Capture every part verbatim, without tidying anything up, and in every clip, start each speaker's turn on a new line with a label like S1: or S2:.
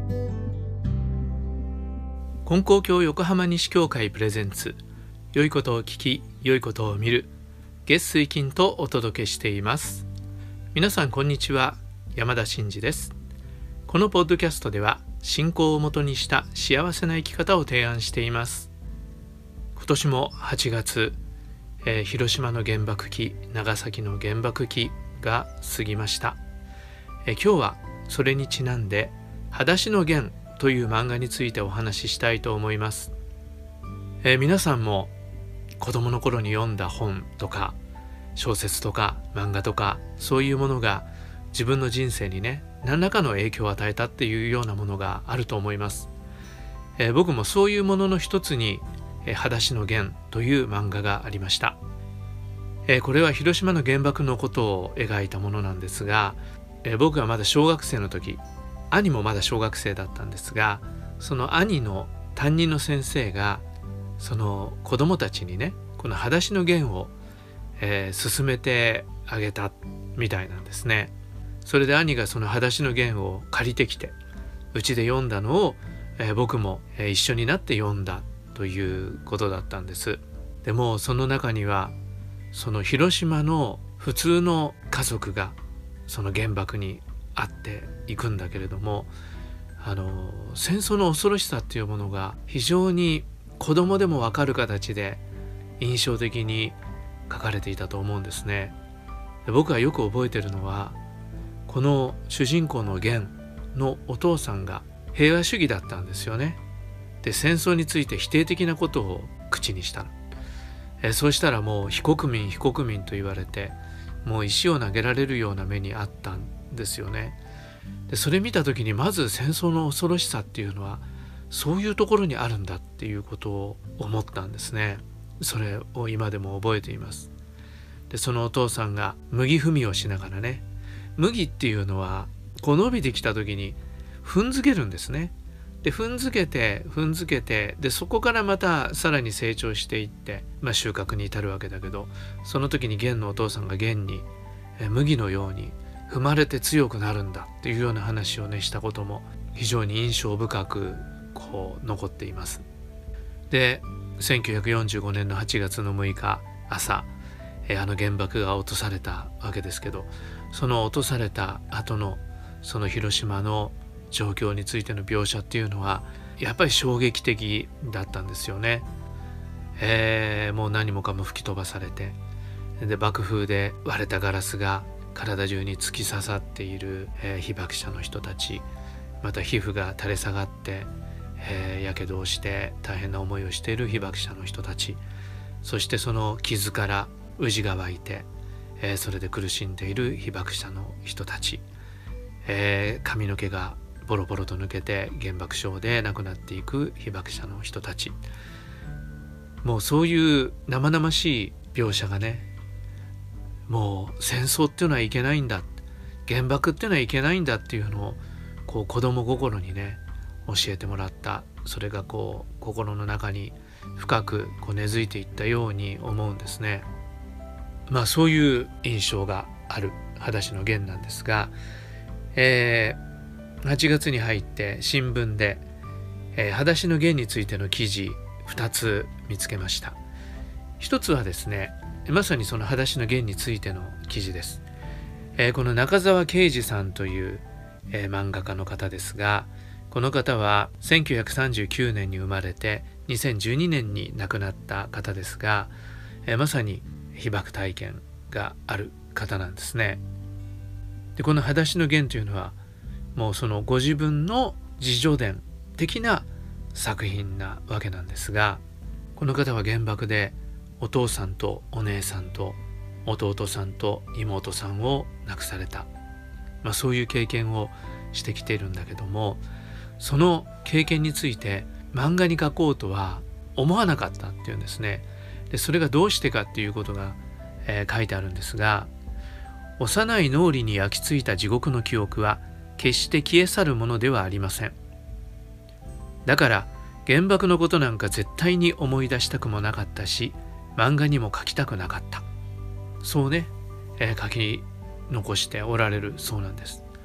S1: 金光教横浜西教会プレゼンツ、良いことを聞き良いことを見る、月水金とお届けしています。皆さんこんにちは、山田真嗣です。このポッドキャストでは信仰をもとにした幸せな生き方を提案しています。今年もはちがつ、えー、広島の原爆期、長崎の原爆期が過ぎました。えー、今日はそれにちなんで裸足のゲンという漫画についてお話ししたいと思います。えー、皆さんも子供の頃に読んだ本とか小説とか漫画とか、そういうものが自分の人生にね何らかの影響を与えたっていうようなものがあると思います。えー、僕もそういうものの一つに「裸足のゲン」という漫画がありました。えー、これは広島の原爆のことを描いたものなんですが、えー、僕がまだ小学生の時、兄もまだ小学生だったんですが、その兄の担任の先生がその子供たちにねこの裸足のゲンを、えー、勧めてあげたみたいなんですね。それで兄がその裸足のゲンを借りてきてうちで読んだのを、えー、僕も、えー、一緒になって読んだということだったんです。でもその中にはその広島の普通の家族がその原爆にあっていくんだけれども、あの戦争の恐ろしさっていうものが非常に子供でも分かる形で印象的に書かれていたと思うんですね。で僕がよく覚えてるのは、この主人公のゲンのお父さんが平和主義だったんですよね。で戦争について否定的なことを口にしたの。えそうしたらもう非国民非国民と言われて、もう石を投げられるような目にあったんですよね。でそれ見た時にまず戦争の恐ろしさっていうのはそういうところにあるんだっていうことを思ったんですね。それを今でも覚えています。でそのお父さんが麦踏みをしながらね、麦っていうのはこう伸びてきた時に踏んづけるんですね。で踏んづけて踏んづけて、でそこからまたさらに成長していって、まあ、収穫に至るわけだけど、その時にゲンのお父さんがゲンにえ麦のように踏まれて強くなるんだっていうような話をねしたことも非常に印象深くこう残っています。でせんきゅうひゃくよんじゅうごねんのはちがつのむいか朝、えあの原爆が落とされたわけですけど、その落とされた後のその広島の状況についての描写っていうのはやっぱり衝撃的だったんですよね。えー、もう何もかも吹き飛ばされて、で爆風で割れたガラスが体中に突き刺さっている、えー、被爆者の人たち、また皮膚が垂れ下がってえー、やけどをして大変な思いをしている被爆者の人たち、そしてその傷から蛆が湧いて、えー、それで苦しんでいる被爆者の人たち、えー、髪の毛がボロボロと抜けて原爆症で亡くなっていく被爆者の人たち、もうそういう生々しい描写がね、もう戦争っていうのはいけないんだ、原爆っていうのはいけないんだっていうのをこう子供心にね教えてもらった。それがこう心の中に深くこう根付いていったように思うんですね。まあそういう印象がある裸足のゲンなんですが、えー、はちがつに入って新聞で、えー、裸足のゲンについての記事ふたつ見つけました。一つはですね、まさにその裸足のゲンについての記事です。えー、この中沢啓治さんという、えー、漫画家の方ですが、この方はせんきゅうひゃくさんじゅうきゅうねんに生まれてにせんじゅうにねんに亡くなった方ですが、えー、まさに被爆体験がある方なんですね。でこの裸足のゲンというのはもうそのご自分の自叙伝的な作品なわけなんですが、この方は原爆でお父さんとお姉さんと弟さんと妹さんを亡くされた、まあ、そういう経験をしてきているんだけども、その経験について漫画に描こうとは思わなかったっていうんですね。でそれがどうしてかっていうことが、えー、書いてあるんですが、幼い脳裏に焼き付いた地獄の記憶は決して消え去るものではありません。だから原爆のことなんか絶対に思い出したくもなかったし、漫画にも描きたくなかった。そうね、えー、書き残しておられるそうなんです。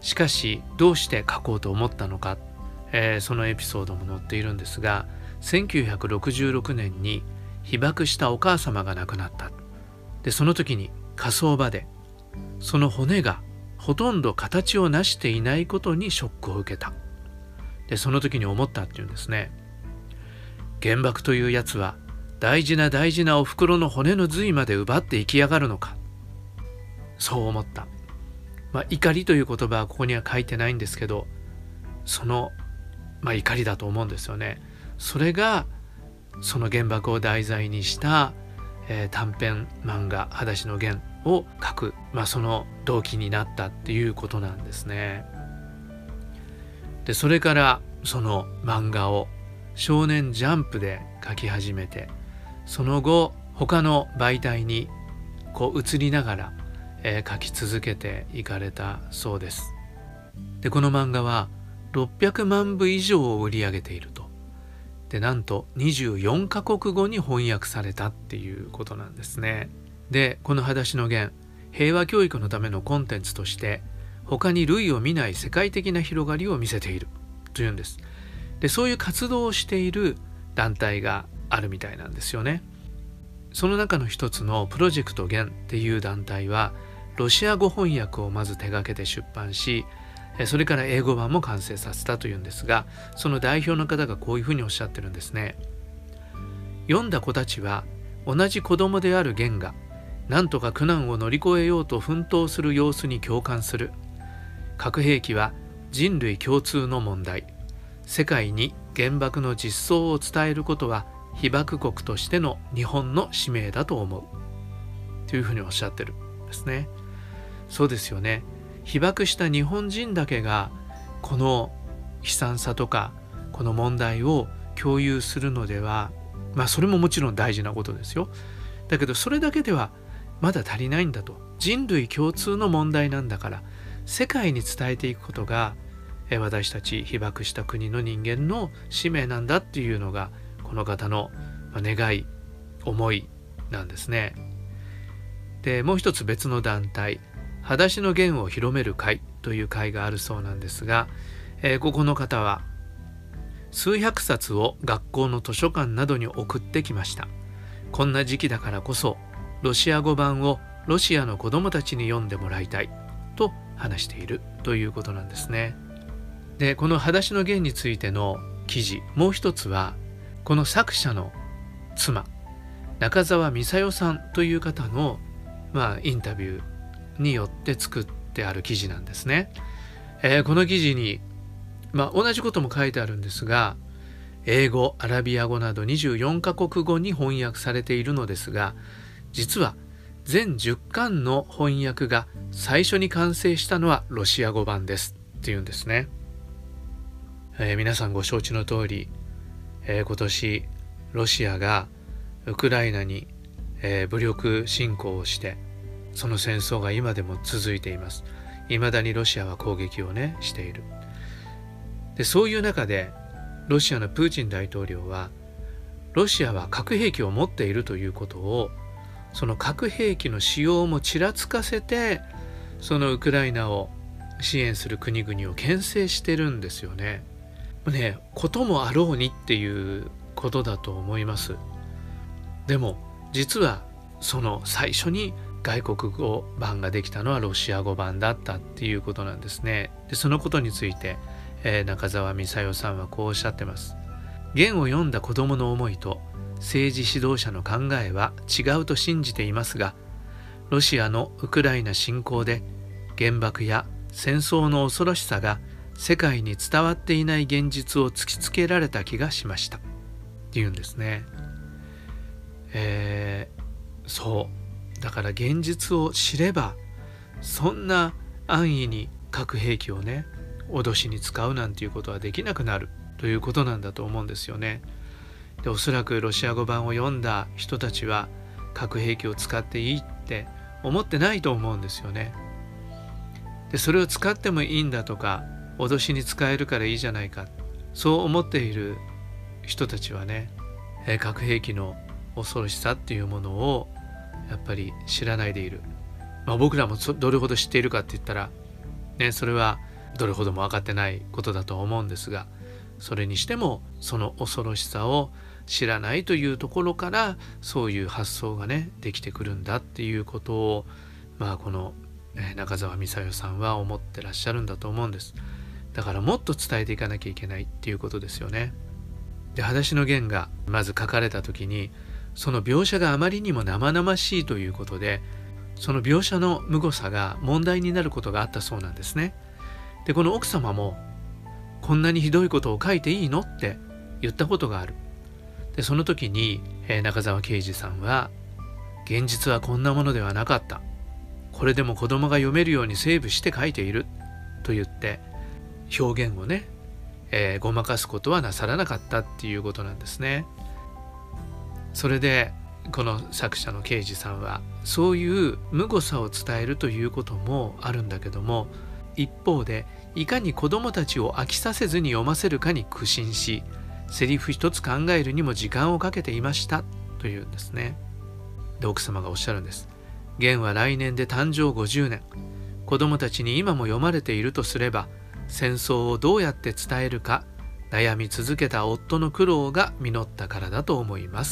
S1: しかしどうして書こうと思ったのか、えー、そのエピソードも載っているんですが、せんきゅうひゃくろくじゅうろくねんに被爆したお母様が亡くなった。でその時に火葬場でその骨がほとんど形を成していないことにショックを受けた。でその時に思ったっていうんですね。原爆というやつは大事な大事なお袋の骨の髄まで奪って生きやがるのか。そう思った。まあ怒りという言葉はここには書いてないんですけど、その、まあ、怒りだと思うんですよね。それがその原爆を題材にした、えー、短編漫画「はだしのゲン」を書く、まあ、その動機になったっていうことなんですね。でそれからその漫画を少年ジャンプで書き始めて、その後他の媒体にこう移りながら、えー、書き続けていかれたそうです。でこの漫画はろっぴゃくまんぶ以上を売り上げていると。でなんとにじゅうよんカ国語に翻訳されたっていうことなんですね。でこの「はだしのゲン」、平和教育のためのコンテンツとして他に類を見ない世界的な広がりを見せているというんです。でそういう活動をしている団体があるみたいなんですよね。その中の一つのプロジェクトゲンっていう団体はロシア語翻訳をまず手がけて出版し、それから英語版も完成させたというんですが、その代表の方がこういうふうにおっしゃってるんですね。読んだ子たちは同じ子供であるゲンが何とか苦難を乗り越えようと奮闘する様子に共感する。核兵器は人類共通の問題。世界に原爆の実相を伝えることは被爆国としての日本の使命だと思う。というふうにおっしゃってるんですね。そうですよね。被爆した日本人だけがこの悲惨さとかこの問題を共有するのでは、まあそれももちろん大事なことですよ。だけどそれだけではまだ足りないんだと。人類共通の問題なんだから世界に伝えていくことが私たち被爆した国の人間の使命なんだっていうのがこの方の願い思いなんですね。でもう一つ別の団体、はだしのゲンを広める会という会があるそうなんですが、えー、ここの方は数百冊を学校の図書館などに送ってきました。こんな時期だからこそロシア語版をロシアの子どもたちに読んでもらいたいと話しているということなんですね。でこのはだしのゲンについての記事、もう一つはこの作者の妻中澤美紗代さんという方の、まあ、インタビューによって作ってある記事なんですね。えー、この記事に、まあ、同じことも書いてあるんですが、英語、アラビア語などにじゅうよんカ国語に翻訳されているのですが、実は全じゅっかんの翻訳が最初に完成したのはロシア語版ですっていうんですね。えー、皆さんご承知の通り、えー、今年ロシアがウクライナに、えー、武力侵攻をして、その戦争が今でも続いています。いまだにロシアは攻撃をねしている。でそういう中でロシアのプーチン大統領はロシアは核兵器を持っているということを、その核兵器の使用もちらつかせてそのウクライナを支援する国々を牽制してるんですよね。ね、こともあろうにっていうことだと思います。でも実はその最初に外国語版ができたのはロシア語版だったっていうことなんですね。でそのことについて、えー、中澤美紗代さんはこうおっしゃってます。ゲンを読んだ子どもの思いと政治指導者の考えは違うと信じていますが、ロシアのウクライナ侵攻で原爆や戦争の恐ろしさが世界に伝わっていない現実を突きつけられた気がしましたっていうんですね。えー、そうだから現実を知ればそんな安易に核兵器をね脅しに使うなんていうことはできなくなるということなんだと思うんですよね。でおそらくロシア語版を読んだ人たちは核兵器を使っていいって思ってないと思うんですよね。でそれを使ってもいいんだとか脅しに使えるからいいじゃないか、そう思っている人たちはね、核兵器の恐ろしさっていうものをやっぱり知らないでいる。まあ、僕らもどれほど知っているかって言ったら、ね、それはどれほども分かってないことだとは思うんですが、それにしてもその恐ろしさを知らないというところからそういう発想がねできてくるんだっていうことを、まあこの中澤美佐代さんは思ってらっしゃるんだと思うんです。だからもっと伝えていかなきゃいけないっていうことですよね。で、裸足のゲンがまず書かれた時に、その描写があまりにも生々しいということで、その描写の無誤さが問題になることがあったそうなんですね。で、この奥様もこんなにひどいことを書いていいのって言ったことがある。で、その時に、えー、中沢啓治さんは、現実はこんなものではなかった、これでも子供が読めるようにセーブして書いていると言って、表現をね、えー、ごまかすことはなさらなかったっていうことなんですね。それでこの作者の啓治さんは、そういう無誤さを伝えるということもあるんだけども、一方でいかに子どもたちを飽きさせずに読ませるかに苦心し、セリフ一つ考えるにも時間をかけていましたというんですね。で、奥様がおっしゃるんです。ゲンは来年で誕生ごじゅうねん。子どもたちに今も読まれているとすれば、戦争をどうやって伝えるか悩み続けた夫の苦労が実ったからだと思います。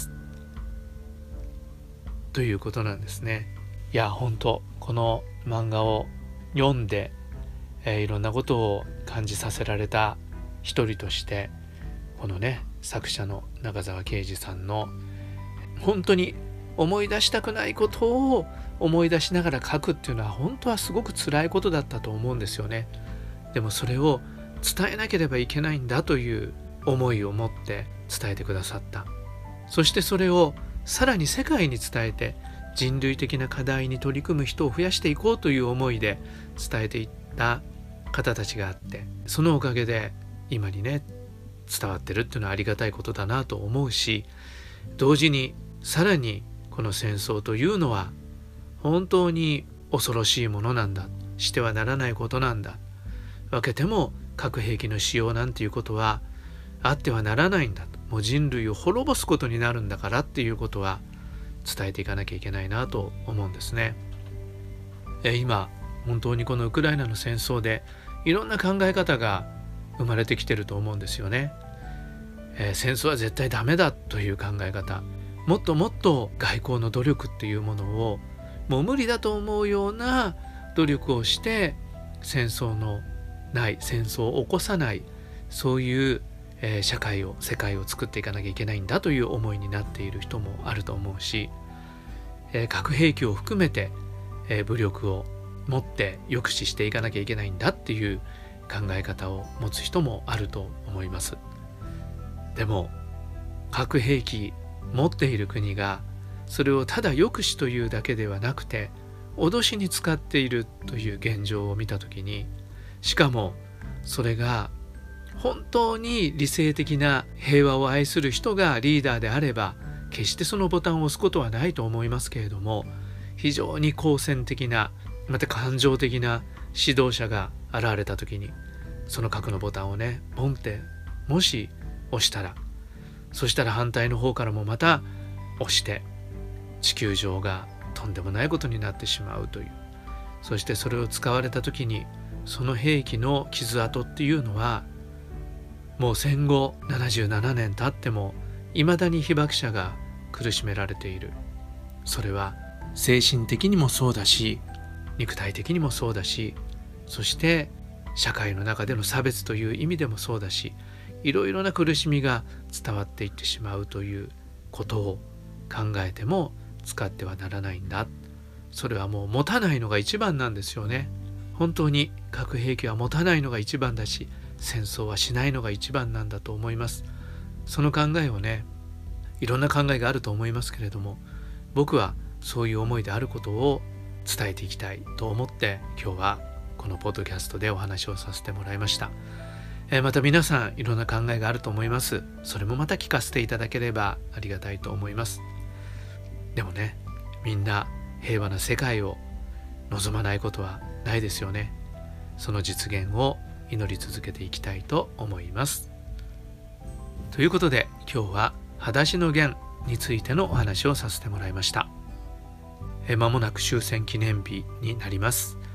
S1: ということなんですね。いや、本当この漫画を読んで、えー、いろんなことを感じさせられた一人として、このね作者の中沢啓治さんの本当に思い出したくないことを思い出しながら書くっていうのは本当はすごく辛いことだったと思うんですよね。でもそれを伝えなければいけないんだという思いを持って伝えてくださった。そしてそれをさらに世界に伝えて、人類的な課題に取り組む人を増やしていこうという思いで伝えていった方たちがあって、そのおかげで今にね伝わってるっていうのはありがたいことだなと思うし、同時にさらにこの戦争というのは本当に恐ろしいものなんだ、してはならないことなんだ、分けても核兵器の使用なんていうことはあってはならないんだと、もう人類を滅ぼすことになるんだからっていうことは伝えていかなきゃいけないなと思うんですね。え今本当にこのウクライナの戦争でいろんな考え方が生まれてきてると思うんですよね。えー、戦争は絶対ダメだという考え方、もっともっと外交の努力っていうものをもう無理だと思うような努力をして戦争のない戦争を起こさない、そういう、えー、社会を世界を作っていかなきゃいけないんだという思いになっている人もあると思うし、えー、核兵器を含めて、えー、武力を持って抑止していかなきゃいけないんだっていう考え方を持つ人もあると思います。でも核兵器持っている国がそれをただ抑止というだけではなくて脅しに使っているという現状を見たときに、しかもそれが本当に理性的な平和を愛する人がリーダーであれば決してそのボタンを押すことはないと思いますけれども、非常に好戦的なまた感情的な指導者が現れた時に、その核のボタンをねポンってもし押したら、そしたら反対の方からもまた押して地球上がとんでもないことになってしまうという、そしてそれを使われた時にその兵器の傷跡っていうのはもう戦後ななじゅうななねん経ってもいまだに被爆者が苦しめられている。それは精神的にもそうだし肉体的にもそうだし、そして社会の中での差別という意味でもそうだし、いろいろな苦しみが伝わっていってしまうということを考えても使ってはならないんだ。それはもう持たないのが一番なんですよね。本当に核兵器は持たないのが一番だし、戦争はしないのが一番なんだと思います。その考えをね、いろんな考えがあると思いますけれども、僕はそういう思いであることを伝えていきたいと思って今日はこのポッドキャストでお話をさせてもらいました。えー、また皆さんいろんな考えがあると思います。それもまた聞かせていただければありがたいと思います。でもね、みんな平和な世界を望まないことはないですよね。その実現を祈り続けていきたいと思います。ということで今日は裸足のゲンについてのお話をさせてもらいました。え間もなく終戦記念日になります。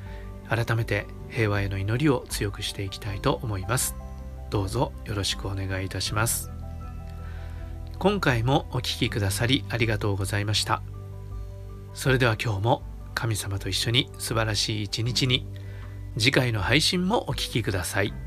S1: 改めて平和への祈りを強くしていきたいと思います。どうぞよろしくお願いいたします。今回もお聞きくださりありがとうございました。それでは今日も神様と一緒に素晴らしい一日に。次回の配信もお聞きください。